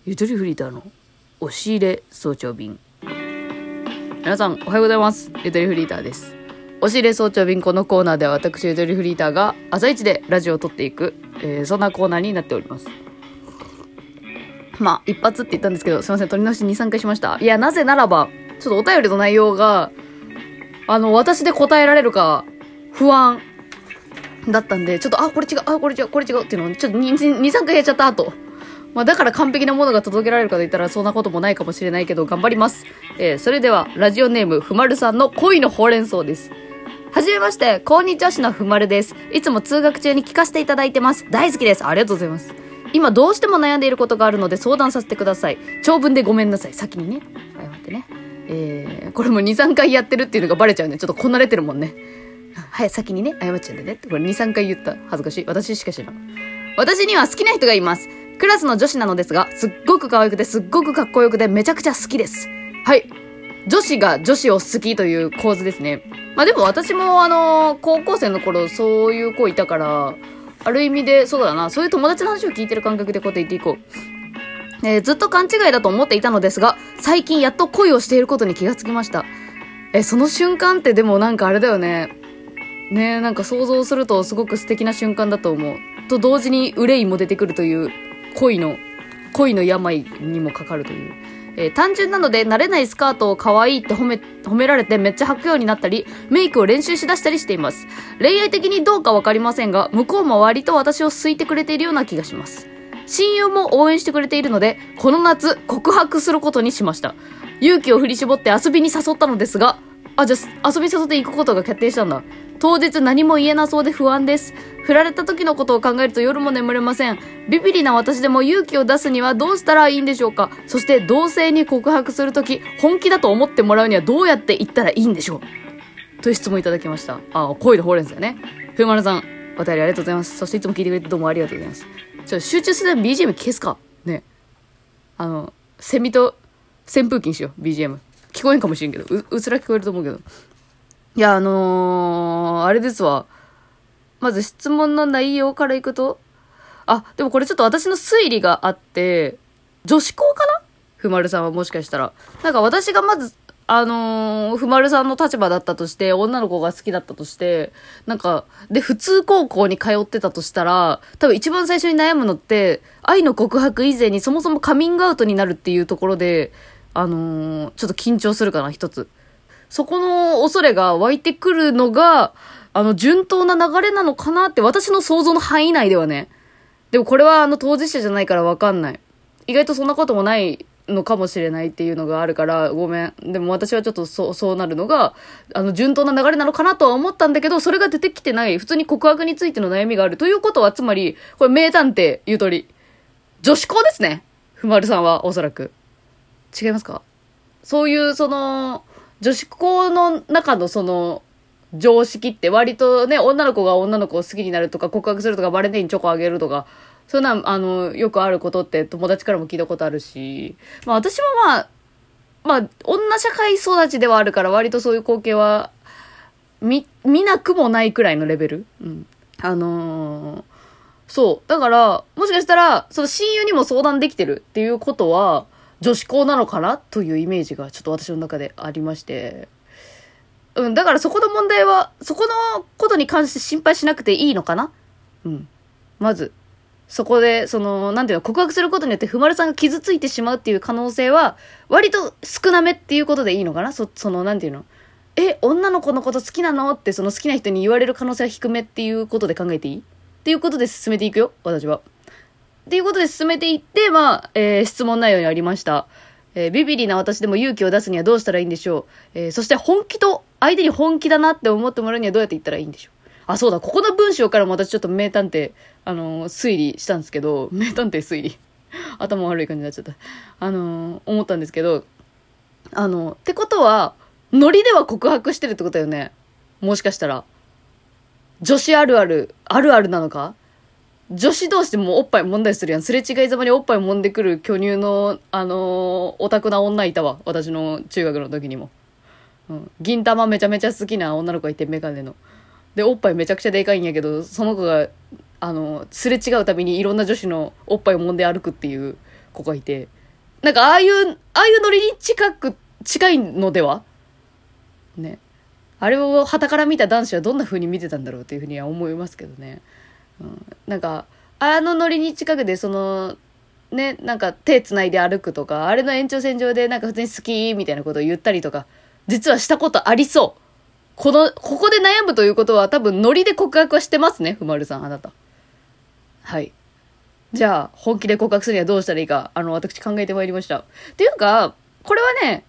ゆとりフリーターの押し入れ早朝便。皆さんおはようございます。ゆとりフリーターです。押し入れ早朝便、このコーナーでは私ゆとりフリーターが朝一でラジオを撮っていく、そんなコーナーになっております。まあ一発って言ったんですけど、すいません、撮り直し 2,3 回しました。いや、なぜならばちょっとお便りの内容が私で答えられるか不安だったんで、ちょっとこれ違うっていうのをちょっと 2,3 回やっちゃった後、だから完璧なものが届けられるかと言ったらそんなこともないかもしれないけど頑張ります。それではラジオネームふまるさんの恋のほうれん草です。はじめまして、こんにちはしのふまるです。いつも通学中に聞かせていただいてます。大好きです。ありがとうございます。今どうしても悩んでいることがあるので相談させてください。長文でごめんなさい。先にね、謝ってね。これも 2,3 回やってるっていうのがバレちゃうんで、ちょっとこなれてるもんね。はい、先にね、謝っちゃうんでね。これ 2,3 回言った。恥ずかしい。私しか知らん。私には好きな人がいます。クラスの女子なのですが、すっごく可愛くてすっごくかっこよくてめちゃくちゃ好きです。はい。女子が女子を好きという構図ですね。でも私も高校生の頃そういう子いたから、ある意味でそうだな、そういう友達の話を聞いてる感覚でこうやって言っていこう。ずっと勘違いだと思っていたのですが、最近やっと恋をしていることに気がつきました。その瞬間ってでもなんかあれだよね。なんか想像するとすごく素敵な瞬間だと思う。と同時に憂いも出てくるという恋の病にもかかるという。単純なので慣れないスカートを可愛いって褒められてめっちゃ履くようになったり、メイクを練習しだしたりしています。恋愛的にどうかわかりませんが、向こうも割と私を好いてくれているような気がします。親友も応援してくれているので、この夏告白することにしました。勇気を振り絞って遊びに誘ったのですが、じゃあ遊びに誘って行くことが決定したんだ。当日何も言えなそうで不安です。振られた時のことを考えると夜も眠れません。ビビリな私でも勇気を出すにはどうしたらいいんでしょうか。そして同性に告白するとき、本気だと思ってもらうにはどうやって言ったらいいんでしょう、という質問いただきました。恋のほうれん草よね。ふまるさん、お便りありがとうございます。そしていつも聞いてくれてどうもありがとうございます。集中する BGM 消すかね。セミと扇風機にしよう。 BGM 聞こえんかもしれんけど、うすら聞こえると思うけど。いや、あれですわ。まず質問の内容からいくと、でもこれちょっと私の推理があって、女子校かな、ふまるさんは。もしかしたらなんか私がまずふまるさんの立場だったとして、女の子が好きだったとして、なんかで普通高校に通ってたとしたら、多分一番最初に悩むのって愛の告白以前にそもそもカミングアウトになるっていうところで、ちょっと緊張するかな。一つそこの恐れが湧いてくるのが順当な流れなのかなって、私の想像の範囲内ではね。でもこれは当事者じゃないから分かんない。意外とそんなこともないのかもしれないっていうのがあるからごめん。でも私はちょっとそうなるのが順当な流れなのかなとは思ったんだけど、それが出てきてない。普通に告白についての悩みがあるということは、つまりこれ名探偵ゆとり女子校ですね。ふまるさんはおそらく違いますか。そういう女子校の中の常識って割とね、女の子が女の子を好きになるとか、告白するとか、バレンタインチョコあげるとか、そんなよくあることって友達からも聞いたことあるし、私も女社会育ちではあるから、割とそういう光景は見なくもないくらいのレベル。そう。だから、もしかしたら、その親友にも相談できてるっていうことは、女子校なのかなというイメージがちょっと私の中でありまして。だからそこの問題は、そこのことに関して心配しなくていいのかな。まず、そこで、なんていうの、告白することによってふまるさんが傷ついてしまうっていう可能性は、割と少なめっていうことでいいのかな。なんていうの、女の子のこと好きなのって、好きな人に言われる可能性は低めっていうことで考えていいっていうことで進めていくよ、私は。っていうことで進めていって、質問内容にありました。ビビリな私でも勇気を出すにはどうしたらいいんでしょう。そして相手に本気だなって思ってもらうにはどうやって言ったらいいんでしょう。そうだ、ここの文章からも私ちょっと名探偵、推理したんですけど、名探偵推理。頭悪い感じになっちゃった。思ったんですけど、ってことは、ノリでは告白してるってことだよね。もしかしたら。女子あるあるなのか。女子同士でもおっぱい揉んだりするやん。すれ違いざまにおっぱい揉んでくる巨乳の、オタクな女いたわ。私の中学の時にも。銀玉めちゃめちゃ好きな女の子がいて、メガネの。で、おっぱいめちゃくちゃでかいんやけど、その子が、すれ違うたびにいろんな女子のおっぱいを揉んで歩くっていう子がいて、 なんかああいうノリに近いのではね。あれを傍から見た男子はどんな風に見てたんだろうっていうふうには思いますけどね。なんか、あのノリに近くで、ね、なんか手つないで歩くとか、あれの延長線上でなんか普通に好きみたいなことを言ったりとか、実はしたことありそう。ここで悩むということは多分ノリで告白はしてますね、ふまるさん、あなた。はい。じゃあ、本気で告白するにはどうしたらいいか、私考えてまいりました。っていうか、これはね、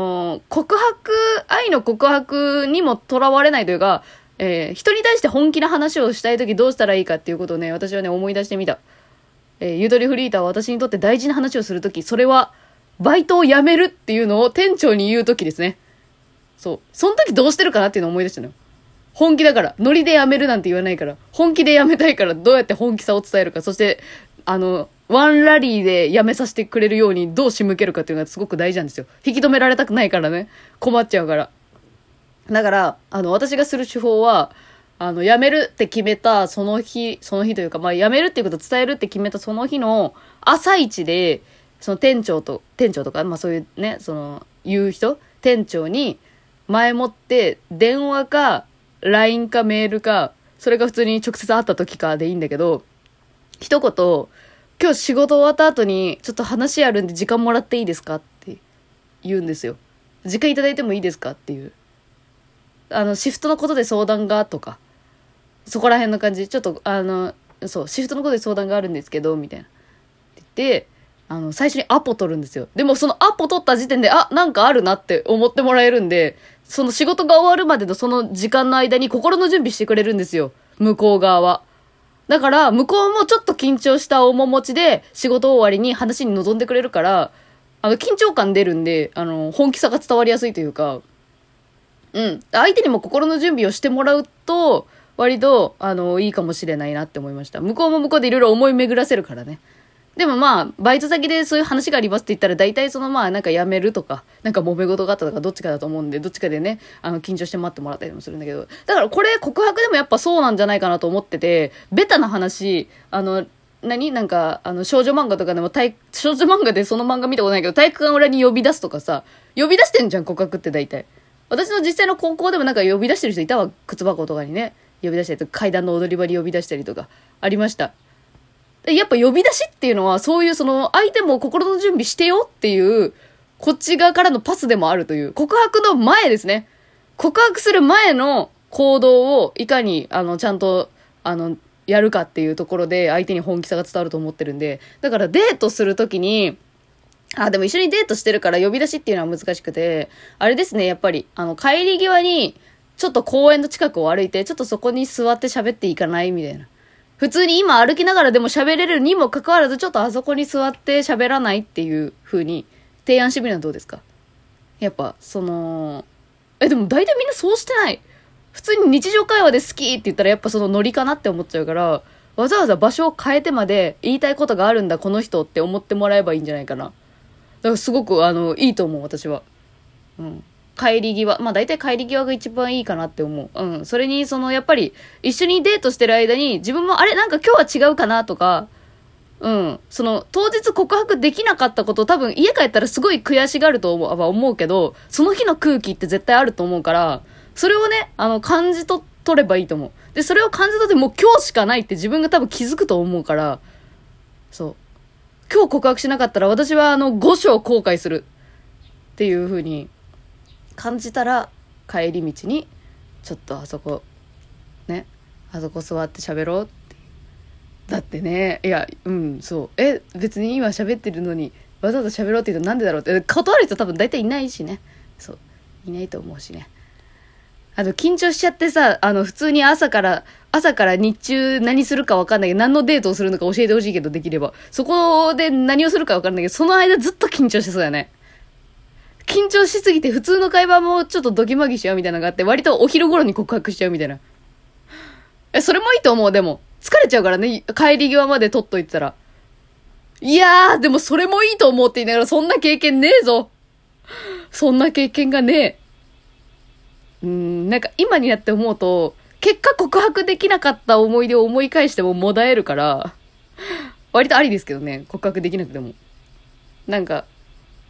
愛の告白にもとらわれないというか、人に対して本気な話をしたいときどうしたらいいかっていうことをね、私はね、思い出してみた。ゆとりフリーターは私にとって大事な話をするとき、それは、バイトを辞めるっていうのを店長に言うときですね。そう。その時どうしてるかなっていうのを思い出したのよ。本気だから。ノリで辞めるなんて言わないから。本気で辞めたいからどうやって本気さを伝えるか。そして、ワンラリーで辞めさせてくれるようにどう仕向けるかっていうのがすごく大事なんですよ。引き止められたくないからね。困っちゃうから。だから、私がする手法は、辞めるって決めたその日というか、まあ、辞めるっていうことを伝えるって決めたその日の朝一で、その店長とか、まあそういうね、言う人、店長に前もって電話か LINE かメールか、それが普通に直接会った時かでいいんだけど、一言、今日仕事終わった後にちょっと話あるんで時間もらっていいですかって言うんですよ。時間いただいてもいいですかっていう。シフトのことで相談がとか、そこら辺の感じ。ちょっと、そう、シフトのことで相談があるんですけど、みたいな。って言って、最初にアポ取るんですよ。でもそのアポ取った時点で、なんかあるなって思ってもらえるんで、その仕事が終わるまでのその時間の間に心の準備してくれるんですよ。向こう側は。だから、向こうもちょっと緊張した面持ちで、仕事終わりに話に臨んでくれるから、緊張感出るんで、本気さが伝わりやすいというか、相手にも心の準備をしてもらうと、割と、いいかもしれないなって思いました。向こうも向こうでいろいろ思い巡らせるからね。でもまあ、バイト先でそういう話がありますって言ったら、大体なんか辞めるとか、なんか揉め事があったとか、どっちかだと思うんで、どっちかでね、緊張して待ってもらったりもするんだけど、だからこれ告白でもやっぱそうなんじゃないかなと思ってて、ベタな話、なんか、少女漫画とかでも少女漫画でその漫画見たことないけど、体育館裏に呼び出すとかさ、呼び出してんじゃん、告白って大体。私の実際の高校でもなんか呼び出してる人いたわ、靴箱とかにね。呼び出したりとか、階段の踊り場に呼び出したりとか、ありました。やっぱ呼び出しっていうのは、そういう相手も心の準備してよっていう、こっち側からのパスでもあるという、告白の前ですね。告白する前の行動を、いかに、ちゃんと、やるかっていうところで、相手に本気さが伝わると思ってるんで、だからデートするときに、でも一緒にデートしてるから呼び出しっていうのは難しくて、あれですね、やっぱり、帰り際に、ちょっと公園の近くを歩いて、ちょっとそこに座って喋っていかないみたいな。普通に今歩きながらでも喋れるにもかかわらず、ちょっとあそこに座って喋らないっていう風に提案してみるのはどうですか？やっぱ、でも大体みんなそうしてない。普通に日常会話で好きって言ったらやっぱノリかなって思っちゃうから、わざわざ場所を変えてまで言いたいことがあるんだ、この人って思ってもらえばいいんじゃないかな。だからすごく、いいと思う、私は。うん。帰り際。まあ大体帰り際が一番いいかなって思う。うん。それに、やっぱり、一緒にデートしてる間に、自分も、なんか今日は違うかなとか、うん。当日告白できなかったこと多分家帰ったらすごい悔しがると思うけど、その日の空気って絶対あると思うから、それをね、感じ取ればいいと思う。で、それを感じ取ってもう今日しかないって自分が多分気づくと思うから、そう。今日告白しなかったら私は5章後悔するっていう風に感じたら、帰り道にちょっとあそこ座って喋ろうって。だってね、いや、そう別に今喋ってるのにわざわざ喋ろうって言うとなんでだろうって断る人多分大体いないしね。そう、いないと思うしね。緊張しちゃってさ、普通に朝から日中何するか分かんないけど、何のデートをするのか教えてほしいけど、できれば。そこで何をするか分かんないけど、その間ずっと緊張してそうだよね。緊張しすぎて普通の会話もちょっとドキマギしちゃうみたいなのがあって、割とお昼頃に告白しちゃうみたいな。それもいいと思う、でも。疲れちゃうからね、帰り際まで取っといてたら。いやー、でもそれもいいと思うって言いながら、そんな経験ねえぞ。そんな経験がねえ。なんか今になって思うと、結果告白できなかった思い出を思い返してももだえるから、割とありですけどね、告白できなくても。なんか、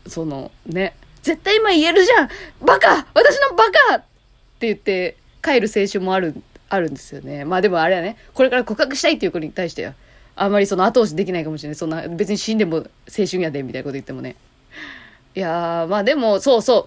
そのね、絶対今言えるじゃんバカ私のバカって言って帰る青春もあるんですよね。まあでもあれはね、これから告白したいっていう子に対してはあんまりその後押しできないかもしれない。そんな別に死んでも青春やでみたいなこと言ってもね。いやー、まあでもそうそう、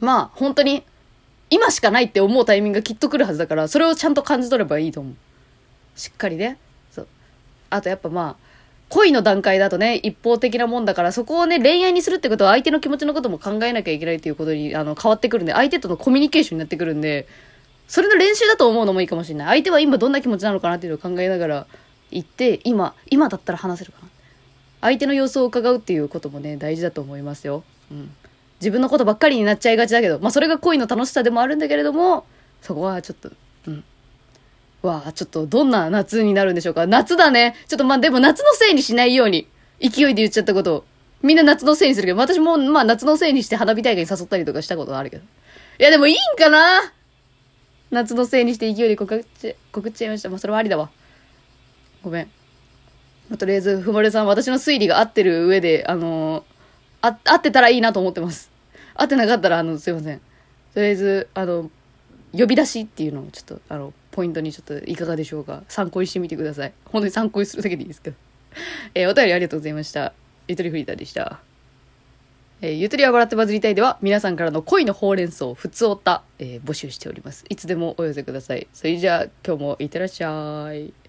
まあ本当に今しかないって思うタイミングがきっと来るはずだから、それをちゃんと感じ取ればいいと思う。しっかりね。そう。あとやっぱまあ恋の段階だとね、一方的なもんだから、そこをね、恋愛にするってことは相手の気持ちのことも考えなきゃいけないっていうことに、変わってくるんで、相手とのコミュニケーションになってくるんで、それの練習だと思うのもいいかもしれない。相手は今どんな気持ちなのかなっていうのを考えながら行って、今だったら話せるかな。相手の様子を伺うっていうこともね、大事だと思いますよ。うん。自分のことばっかりになっちゃいがちだけど、まあそれが恋の楽しさでもあるんだけれども、そこはちょっと、うん。わあ、ちょっとどんな夏になるんでしょうか。夏だね。ちょっとまあでも夏のせいにしないように。勢いで言っちゃったことを。みんな夏のせいにするけど、私もまあ夏のせいにして花火大会に誘ったりとかしたことがあるけど。いやでもいいんかな、夏のせいにして勢いで告っちゃいました。まあそれはありだわ。ごめん。とりあえず、ふもれさん、私の推理が合ってる上で、合ってたらいいなと思ってます。合ってなかったら、すいません。とりあえず、呼び出しっていうのをちょっと、ポイントにちょっといかがでしょうか。参考にしてみてください。本当に参考にするだけでいいですけど。お便りありがとうございました。ゆとりフリーターでした。ゆとりは笑ってバズりたいでは、皆さんからの恋のほうれん草、ふつおた、募集しております。いつでもお寄せください。それじゃあ、今日もいってらっしゃい。